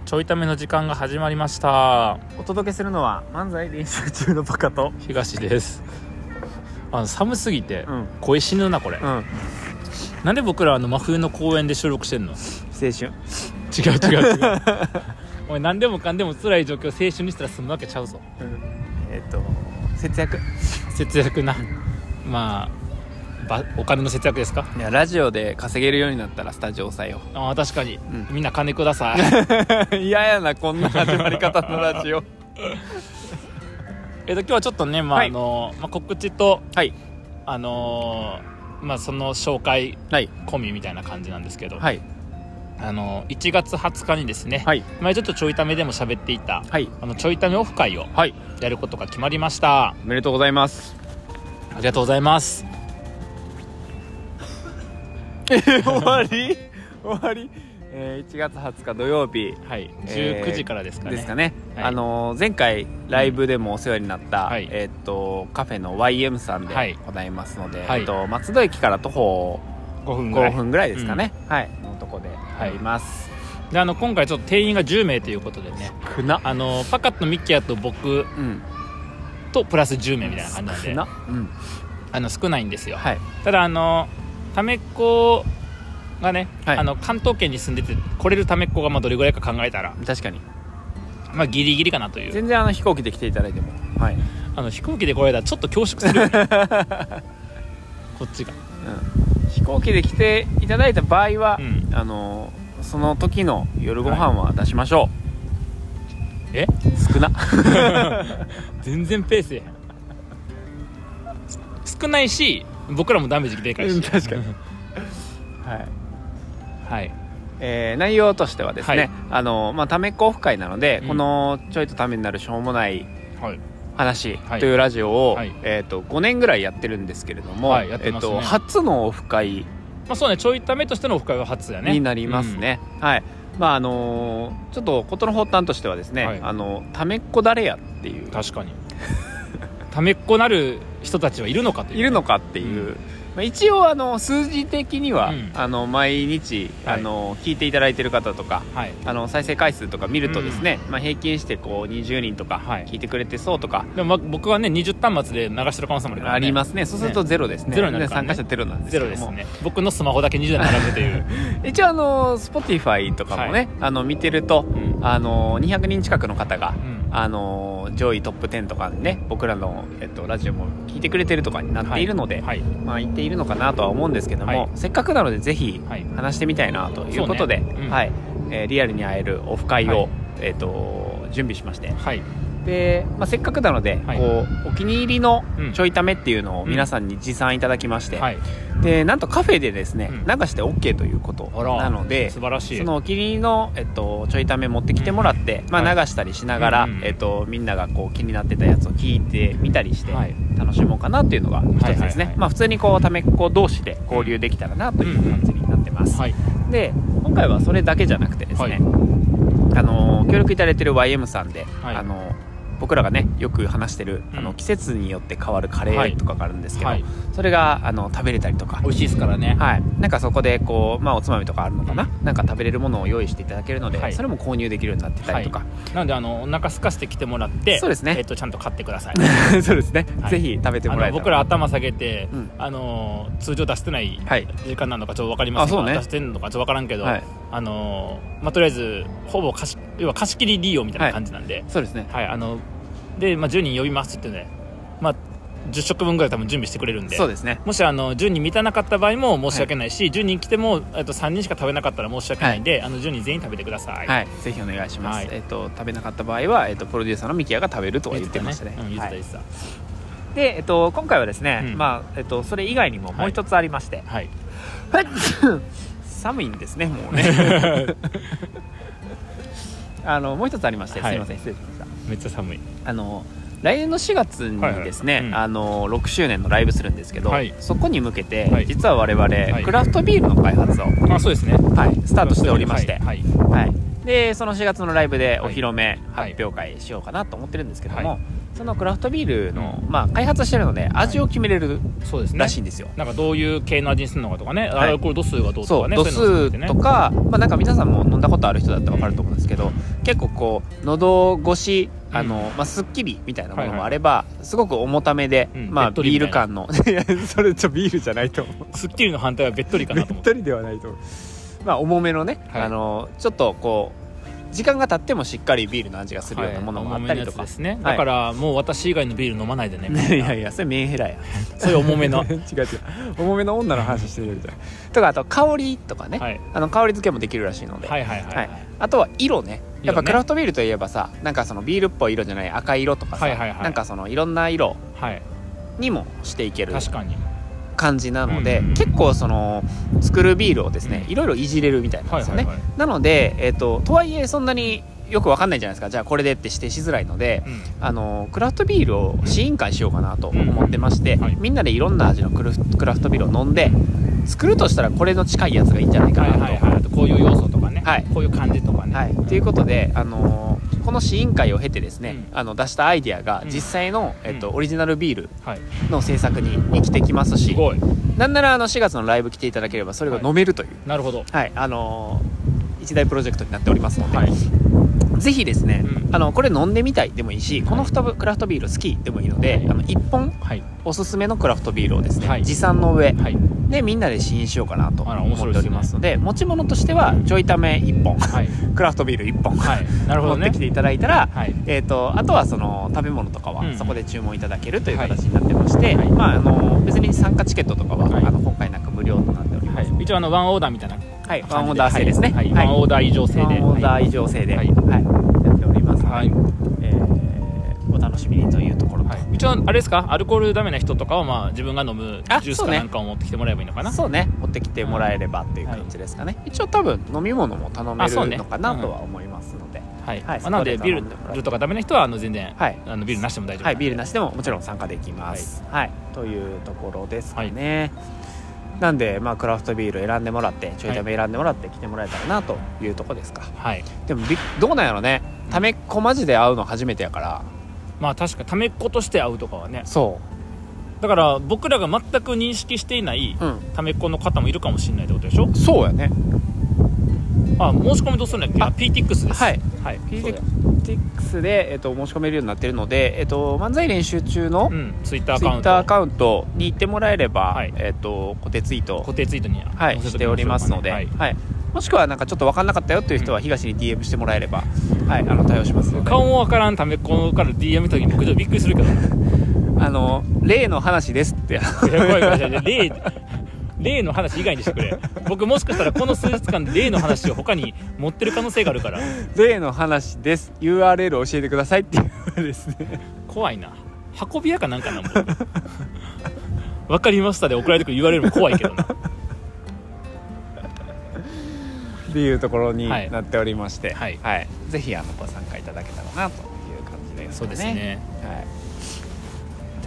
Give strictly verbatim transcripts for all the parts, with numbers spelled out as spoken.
ちょいための時間が始まりました。 お届けするのは漫才練習中のバカと東です。あの寒すぎて、 うん、 声死ぬなこれ、 うん、 なんで僕らあの真冬の公園で収録してんの？ 青春。 違う違う違うお前何でもかんでも辛い状況を青春にしたら済むわけちゃうぞ、 うん、えっと節約節約な、うん、まあお金の節約ですか？ いやラジオで稼げるようになったらスタジオ抑えよう。 ああ確かに、うん、みんな金ください嫌やなこんな始まり方のラジオえっと今日はちょっとね、まあ、はい、あのまあ、告知と、 はい、 あのー、まあその紹介込みみたいな感じなんですけど、 はい、 あのいちがつはつかにですね、 はい、 前ちょっとちょいためでも喋っていた、 はい、 あのちょいためオフ会をやることが決まりました、はい、 おめでとうございます。 ありがとうございます。 えー、終わり終わり、えー、いちがつはつか土曜日、 はい、じゅうくじからですかね、 ですかね、 はい、 あのー、前回ライブでもお世話になった、うん、えー、っとカフェの ワイエム さんでございますので、はい、えっと、松戸駅から徒歩ごふんぐらい、 ごふんぐらいですかね、うん、はいのとこであります、 はい、であの今回ちょっと定員がじゅうめいということでね、 少なあのパカッとミッキーと僕、うん、とプラスじゅうめいみたいな感じなんで、 少な、うん、 あの少ないんですよ、 はい、 ただあのためっ子がね、はい、あの関東圏に住んでて来れるためっ子がまあどれぐらいか考えたら確かに、 まあ、ギリギリかなという。 全然あの飛行機で来ていただいても、はい、 あの飛行機で来られたらちょっと恐縮するよねこっちが、 うん、飛行機で来ていただいた場合は、 うん、 あのその時の夜ご飯は出しましょう、はい、 え少な全然ペースや少ないし僕らもダメージでかいし、 うん、確かにはいはい、 えー、内容としてはですね、はい、あのまあ、ためっ子オフ会なので、うん、このちょいとためになるしょうもない話というラジオを、はいはい、えー、とごねんぐらいやってるんですけれども、 はい、やってますね、 えー、と初のオフ会、 まあ、そうね、ちょいためとしてのオフ会は初だねになりますね、うん、はい、まああのー、ちょっと事の発端としてはですね、はい、あのためっ子誰やっていう、 確かにためっ子なる人たちはいるのかという、ね、 いるのかっていう、うん、まあ、一応あの数字的には、うん、あの毎日、はい、あの聞いていただいている方とか、はい、あの再生回数とか見るとですね、うん、まあ、平均してこうにじゅうにんとか聞いてくれてそうとか、はい、 でも、まあ、僕はねにじゅう端末で流してる可能性もあるから、ね、 ありますね。そうするとゼロですね、 ゼロになるからね、 参加者ゼロなんですけども、 ゼロですね。僕のスマホだけにじゅうだい並ぶという一応あの Spotify とかもね、はい、あの見てると、うん、あのにひゃくにん近くの方が、うん、あの上位トップじゅうとかにね僕らの、えっと、ラジオも聞いてくれてるとかになっているので、はいはい、まあ、言っているのかなとは思うんですけども、はい、せっかくなのでぜひ話してみたいなということで、ね、うん、はい、えー、リアルに会えるオフ会を、はい、えー、と準備しまして、はい、で、まあ、せっかくなので、はい、こうお気に入りのちょいためっていうのを皆さんに持参いただきまして、うん、はい、でなんとカフェでですね、うん、流して OK ということなので、 素晴らしい、 そのお気に入りの、えっと、ちょいため持ってきてもらって、うん、まあ、流したりしながら、はい、えっと、みんながこう気になってたやつを聞いてみたりして楽しもうかなっていうのが一つですね、はいはいはい、まあ、普通にこうためっ子同士で交流できたらなという感じになってます、うん、はい、で今回はそれだけじゃなくてですね、はい、あの協力いただいている ワイエム さんで、はい、あの僕らがねよく話してる、うん、あの季節によって変わるカレーとかがあるんですけど、はい、それがあの食べれたりとか美味しいですからね、 はい、なんかそこでこう、まあ、おつまみとかあるのかな、うん、なんか食べれるものを用意していただけるので、はい、それも購入できるようになってたりとか、はい、 なのであのお腹空かせてきてもらって、 そうですね、 えー、とちゃんと買ってくださいそうですね、はい、ぜひ食べてもらえたら。 僕ら頭下げて、うん、あの通常出してない時間なのかちょっと分かりませんが、はい、出してるのかちょっと分からんけど、はい、あのまあ、とりあえずほぼ貸し要は貸し切り利用みたいな感じなんで、はい、 そうですね、 はい、あので、まあ、じゅうにん呼びますって言ってね、まあ、じゅっしょくぶんぐらい多分準備してくれるんで、 そうですね、 もしあのじゅうにん満たなかった場合も申し訳ないし、はい、じゅうにん来てもとさんにんしか食べなかったら申し訳ないんで、はい、あのじゅうにん全員食べてください、 はい、ぜひお願いします、はい、えー、と食べなかった場合は、えー、とプロデューサーのミキヤが食べるとは言ってましたね。 言ってたね、うん、言ってた、 はい、で、えー、と今回はですね、うん、まあえー、とそれ以外にももう一つありまして、はいはい、寒いんですねもうねあのもう一つありまして、はい、すいません失礼しました。 めっちゃ寒い。 あの来年のしがつにですね、はいはい、うん、あのろくしゅうねんのライブするんですけど、はい、そこに向けて、はい、実は我々、はい、クラフトビールの開発を、 あ、そうですね、 はい、スタートしておりまして、はいはいはい、でそのしがつのライブでお披露目、はい、発表会しようかなと思ってるんですけども、はい、 そのクラフトビールの、まあ、開発してるので味を決めれるらしいんですよ、 なんかどういう系の味にするのかとかね、はい、アルコール度数がどうとかね、 そう度数とか、まあ、なんか皆さんも飲んだことある人だったら分かると思うんですけど、結構こう喉越しあの、まあ、すっきりみたいなものもあれば、はいはい、すごく重ためで、うん、まあ、ビール感のいやそれちょビールじゃないと思うすっきりの反対はべっとりかなと思ってべっとりではないと思う、まあ、重めのね、はい、あのちょっとこう時間が経ってもしっかりビールの味がするようなものもあったりとか、 はい、ですね、だからもう私以外のビール飲まないでねいやいやそれメンヘラやそういう重めの違う違う重めの女の話してるじゃんとかあと香りとかね、はい、あの香り付けもできるらしいので、はいはいはいはい、あとは色ね、やっぱクラフトビールといえばさ、なんかそのビールっぽい色じゃない赤色とかさ、はいはいはい、なんかそのいろんな色にもしていける、 確かに感じなので、うんうん、結構その作るビールをですね、いろいろいじれるみたいなんですよね、はいはいはい、なので、えーと、とはいえそんなによく分かんないじゃないですか。じゃあこれでって指定しづらいので、うん、あのクラフトビールを試飲会しようかなと思ってまして、うんはい、みんなでいろんな味のクラフトビールを飲んで作るとしたらこれの近いやつがいいんじゃないかなと、はいはいはい、 こういう要素とかね、はい、こういう感じとかね、 はい、ということで、あのー、この試飲会を経てですね、うん、あの出したアイデアが実際の、うんえっと、オリジナルビールの制作に生きてきますし、すごいなんならあのしがつのライブ来ていただければそれが飲めるという、はい、 なるほど、 はい、あのー、一大プロジェクトになっておりますので、はいぜひですね、うん、あのこれ飲んでみたいでもいいし、このクラフトビール好きでもいいので、はい、あのいっぽん、はい、おすすめのクラフトビールをですね、はい、持参の上、はい、でみんなで試飲しようかなと思っておりますので、持ち物としてはちょいためいっぽん、はい、クラフトビールいっぽん、はい、なるほどね、持ってきていただいたら、はいえー、とあとはその食べ物とかはそこで注文いただけるという形になってまして、はいまあ、あの別に参加チケットとかは、はい、あの今回なんか無料となっております、 はい、一応あのワンオーダーみたいなはい、ワンオーダー制ですね、 はいはい、ワンオーダー以上制でワンオーダー以上制で、はいはい、やっておりますので、はいえー、お楽しみにというところと、はい、 一応あれですか、アルコールダメな人とかはまあ自分が飲むジュースかなんかを持ってきてもらえばいいのかな。 そうね、持ってきてもらえればっていう感じですかね、はい、一応多分飲み物も頼めるのかなとは思いますので、 はいはいまあ、なのでビールとかダメな人はあの全然、はい、あのビールなしでも大丈夫、 はい、ビールなしでももちろん参加できます、はいはい、というところですかね、はいなんで、まあ、クラフトビール選んでもらってちょいため選んでもらって来てもらえたらなというとこですか、はい、でもどうなんやろね、ためっこマジで会うの初めてやから、 まあ確かためっことして会うとかはね、 そうだから僕らが全く認識していないためっこの方もいるかもしれないってことでしょ、うん、 そうやね。 あ、申し込みどうするんだっけ。あ ピーティックス です、 はい、はい、ピーティックス で、えっと、申し込めるようになってるので、えっと、漫才練習中の、うん、 ツイッターアカウント、 ツイッターアカウントに行ってもらえれば、はいえっと、固定ツイート固定ツイートに、 はい、しておりますので、はいはい、もしくはなんかちょっと分かんなかったよという人は東に ディーエム してもらえれば、うんはい、あの対応しますので。 顔も分からんためっこから ディーエム の時に僕ちょっとびっくりするけどあの例の話ですって怖い怖い怖い例例の話以外にしてくれ。僕もしかしたらこの数日間で例の話を他に持ってる可能性があるから。 例の話です ユーアールエル 教えてくださいっていうですね。 怖いな、運び屋かなんかなんも分かりましたで送られてくる言われるのも怖いけどなっていうところになっておりまして、はいはい、ぜひあのご参加いただけたらなという感じですね。 そうですね、 はい、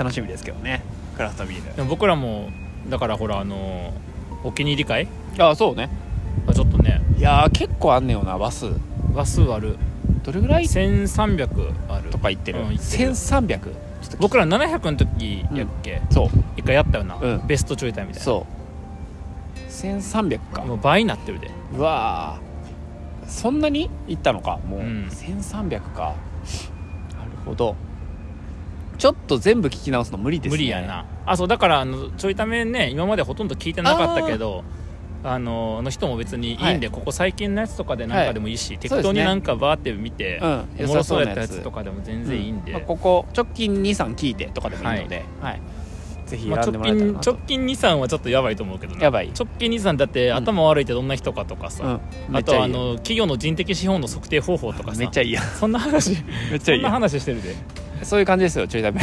楽しみですけどね、クラフトビール。 でも僕らもだからほらあのお気に入り会ああそうね、 ちょっとね、 いや結構あんねよな、話数話数ある。 どれぐらいせんさんびゃくあるとか言ってる、うん、せんさんびゃく僕らななひゃくの時やっけ、うん、そう一回やったよな、うん、ベストちょいタイみたいな。 そうせんさんびゃくか、 もう倍になってるで。 うわそんなにいったのかもう、うん、せんさんびゃくか。なるほど、ちょっと全部聞き直すの無理ですね。 無理やなあ。そうだからあのちょいためね今までほとんど聞いてなかったけど、あのあの人も別にいいんで、はい、ここ最近のやつとかでなんかでもいいし、はい、適当になんかバーって見て、ねうん、おもろそうやったやつとかでも全然いいんで、 うんまあ、ここ直近 にさん聞いてとかでもいいので、はいはい、ぜひ選んでもらえたらなと、 まあ、直近、直近 にさんはちょっとやばいと思うけどね。 やばい。 直近にさんだって、うん、頭悪いってどんな人かとかさ、うん、あとはあの企業の人的資本の測定方法とかさ、 めっちゃいいやそんな話めっちゃいいそんな話してるで。 そういう感じですよちょいダメ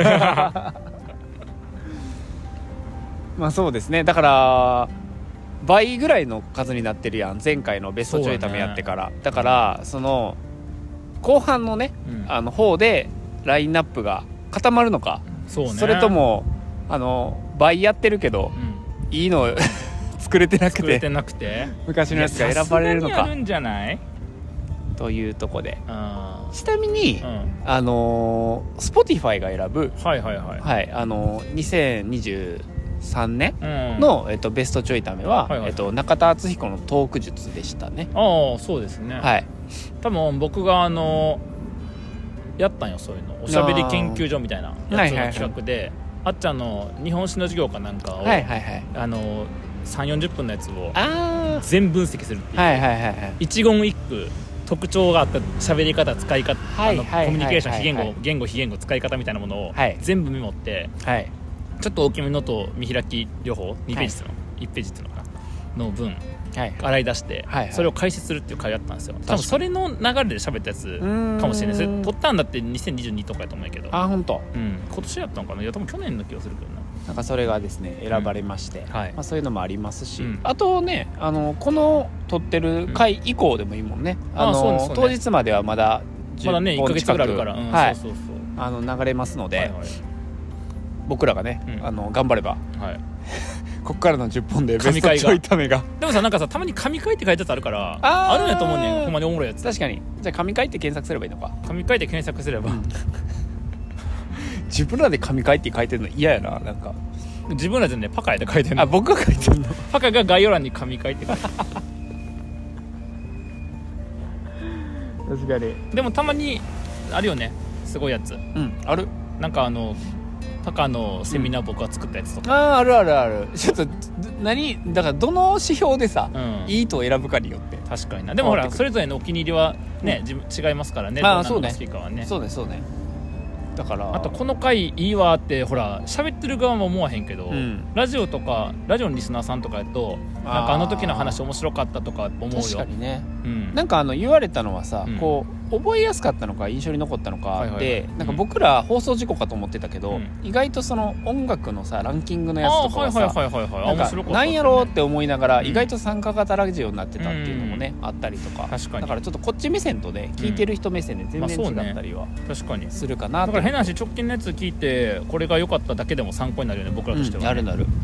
まあそうですね、だから倍ぐらいの数になってるやん前回のベストちょいためやってから だ,、ね、だからその後半のね、うん、あの方でラインナップが固まるのか、そう、ね、それともあの倍やってるけど、うん、いいの作れてなくて作れてなくて昔のやつが選ばれるのかあるんじゃないとというとこで、 あちなみに、 うん、 あのー、Spotify が選ぶ、 はいはいはい、 はい、あのー、にせんにじゅうさんねんの、うんえっと、ベストちょいためは、はいはい、えっと、中田敦彦のトーク術でしたね。 ああそうですね、 はい、 多分僕があのやったんよ、そういうのおしゃべり研究所みたいなやつの企画で、はいはいはい、あっちゃんの日本史の授業かなんかを、はいはいはい、あのさんじゅうよんじゅっぷんのやつを全分析するっていう、はいはいはいはい、一言一句特徴があった喋り方使い方、はいはいはいはい、あのコミュニケーション非言語言語非言語使い方みたいなものを全部メモって、はい、ちょっと大きめのと見開き両方にページの、はい、いちページっていうのかなの文、はい、洗い出して、はいはい、それを解説するっていう会やったんですよ。多分それの流れで喋ったやつかもしれないです。撮ったんだってにせんにじゅうにとかやと思うけど、 あ本当、 うん、今年やったのかな、いや多分去年の気がするけどな。 なんかそれがですね選ばれまして、うんはいまあ、そういうのもありますし、うん、あとねあのこの撮ってる回以降でもいいもんね、うん、あのあそうですそうね、当日まではまだじゅっぽん近く、まだねいっかげつぐらいあるから、うんはい、そうそうそうあの流れますので、はいはい、僕らがね、うん、あの頑張れば、はい、こっからのじゅっぽんでベストちょいためがでもさなんかさたまに神回って書いたやつあるからあ, あるんやと思うねんほんまにおもろいやつ。 確かに。じゃあ神回って検索すればいいのか。 神回って検索すれば、うん、 自分らで神回って書いてるの嫌やな。なんか自分らでねパカやで書いてるの。 あ僕が書いてるのパカが概要欄に神回って書いてる確かに。 でもたまにあるよねすごいやつ。 うんある。 なんかあのパカのセミナー僕が作ったやつとか、 うん、あああるあるある。ちょっと何だからどの指標でさ、うん、いいと選ぶかによって確かにな。でもほらそれぞれのお気に入りはね、うん、違いますからね。 ああそうね。 どんなのが好きかはね。 そうねそうね。だからあとこの回いいわってほら喋ってる側も思わへんけど、うん、ラジオとかラジオのリスナーさんとかやとなんかあの時の話面白かったとか思うよ。 確かにね、うん、なんかあの言われたのはさ、うん、こう覚えやすかったのか印象に残ったのかで、はいはいはい、なんか僕ら放送事故かと思ってたけど、うん、意外とその音楽のさランキングのやつとかはさなんかなんやろうって思いながら、うん、意外と参加型ラジオになってたっていうのもね、うん、あったりとか。確かに。だからちょっとこっち目線とね聞いてる人目線で全然違ったりはするかな。 だから変な話直近のやつ聞いてこれが良かっただけでも参考になるよね僕らとしては、ね。 うん、なるなる、うん、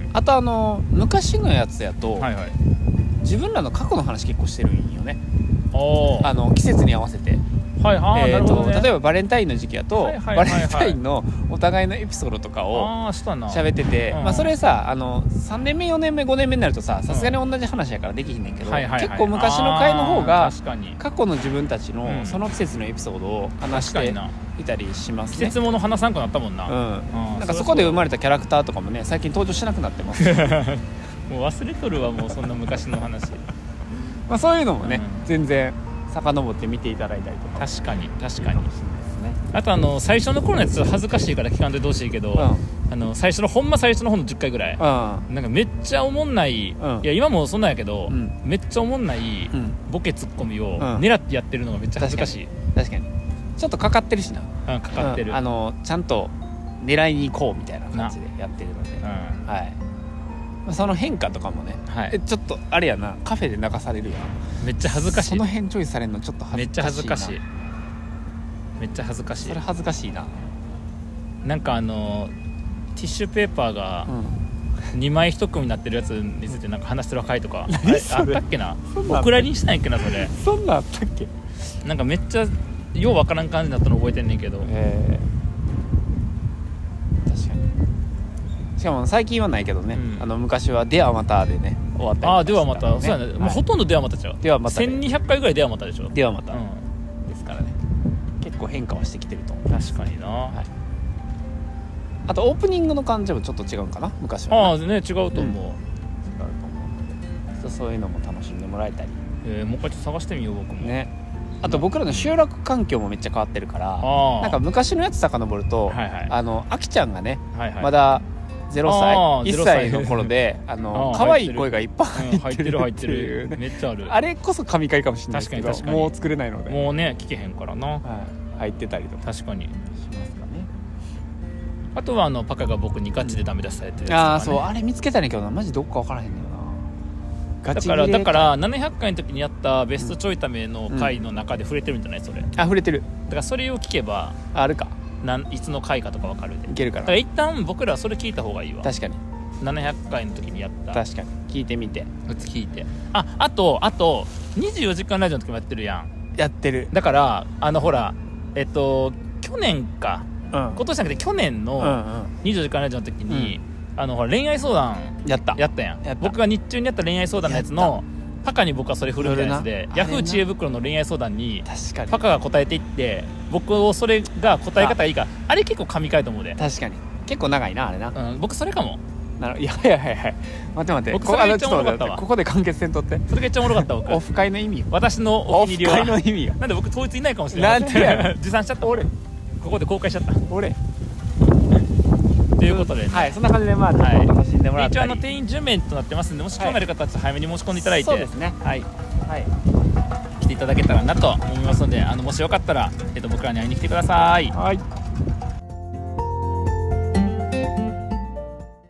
あとあの昔のやつやと、はいはい、自分らの過去の話結構してるんよね。あの季節に合わせて。はいはい、えーとね、例えばバレンタインの時期だと、はいはいはいはい、バレンタインのお互いのエピソードとかを喋ってて、あ、まあ、それさあのさんねんめよねんめごねんめになるとささすがに同じ話やからできひんねんけど、うんはいはいはい、結構昔の回の方が過去の自分たちのその季節のエピソードを話していたりしますね。 季節もの話さんくなったもんな、うんうん、なんかそこで生まれたキャラクターとかもね最近登場しなくなってますもう忘れとるわもうそんな昔の話まあそういうのもね、うん、全然遡って見ていただいたりとか。 確かに確かに。あとあの最初の頃のやつ恥ずかしいから聞かんといてほしいけど、うん、あの最初のほんま最初の方のじゅっかいぐらい、うん、なんかめっちゃおもんない、うん、いや今もそんなんやけど、うん、めっちゃおもんないボケツッコミを狙ってやってるのがめっちゃ恥ずかしい。 確かに。確かにちょっとかかってるしな、 うん、かかってる、 うん、あのちゃんと狙いに行こうみたいな感じでやってるので、うん、はい。その変化とかもね、はい、えちょっとあれやなカフェで流されるやん。 めっちゃ恥ずかしい。 その辺チョイスされるのちょっと恥ずかしいな。 めっちゃ恥ずかしい。めっちゃ恥ずかしい。 それ恥ずかしいな。 なんかあのティッシュペーパーがにまいいち組になってるやつについてなんか話してる回とか あ, あったっけな。お蔵入りにしたんやっけなそれ。 そんなんあったっけ。 なんかめっちゃようわからん感じだったの覚えてんねんけど、えー、確かに。しかも最近はないけどね、うん、あの昔はではまたでね終わったりとかした、ね、 ああではまた、そうやね、はい、もうほとんどではまたちゃう。 ではまたせんにひゃっかいぐらいではまたでしょ。 ではまた、うん、ですからね結構変化はしてきてると思う。 確かにな、はい、 あとオープニングの感じもちょっと違うかな昔は、ね、 ああね違うと思う、うん、違うと思う。そういうのも楽しんでもらえたり、 えー、もう一回ちょっと探してみよう僕もね。あと僕らの収録環境もめっちゃ変わってるから、うん、なんか昔のやつ遡ると、はいはい、あのあきちゃんがね、はいはい、まだゼロさいいっさいの頃であの可愛い声がいっぱい入ってる入ってるめっちゃある。 あれこそ神回かもしれないですけどもう作れないのでもうね聞けへんからな、はい、 入ってたりとか確かにしますかね。 あとはあのパカが僕にガチでダメ出されてるやつとか、ね、 ああそうあれ見つけたんやけどなマジどっか分からへんねんよな。 ガチだからだからななひゃっかいの時にやったベストちょいための回の中で触れてるんじゃないそれ、うん、 あ触れてる。 だからそれを聞けばあるかなんいつの回かとか分かるでいけるから。 だから一旦僕らはそれ聞いた方がいいわ。 確かにななひゃっかいの時にやった。 確かに聞いてみて聞いてああとあとにじゅうよじかんラジオの時もやってるやん。 やってる。 だからあのほらえっと去年か、 うん、 今年じゃなくて去年のにじゅうよじかんラジオの時に、うん、あのほら恋愛相談やったやったやん。 やった僕が日中にやった恋愛相談のやつのパカに僕はそれ振るみたいなやつで、ヤフー知恵袋の恋愛相談にパカが答えていって僕をそれが答え方がいいから、あれ結構神回と思うで。 確かに結構長いなあれな、 うん、僕それかも。 なるいやいやいやいや待って待って、 僕それめっちゃおもろかったわ。 ここで完結せんとって。 それめっちゃおもろかった僕。 オフ会の意味よ。 私のお気に入りはオフ会の意味よ。 なんで僕統一いないかもしれない。 なんてや持参しちゃった。俺ここで公開しちゃった俺ということで、ね、 はい、そんな感じでまあちょっと楽しんでもらったり、 一応あの定員じゅうめいとなってますんで、もし興味ある方はちょっと早めに申し込んでいただいて、 そうですね、はい、 はい、来ていただけたらなと思いますので、あのもしよかったら、えっと、僕らに会いに来てください。 はい。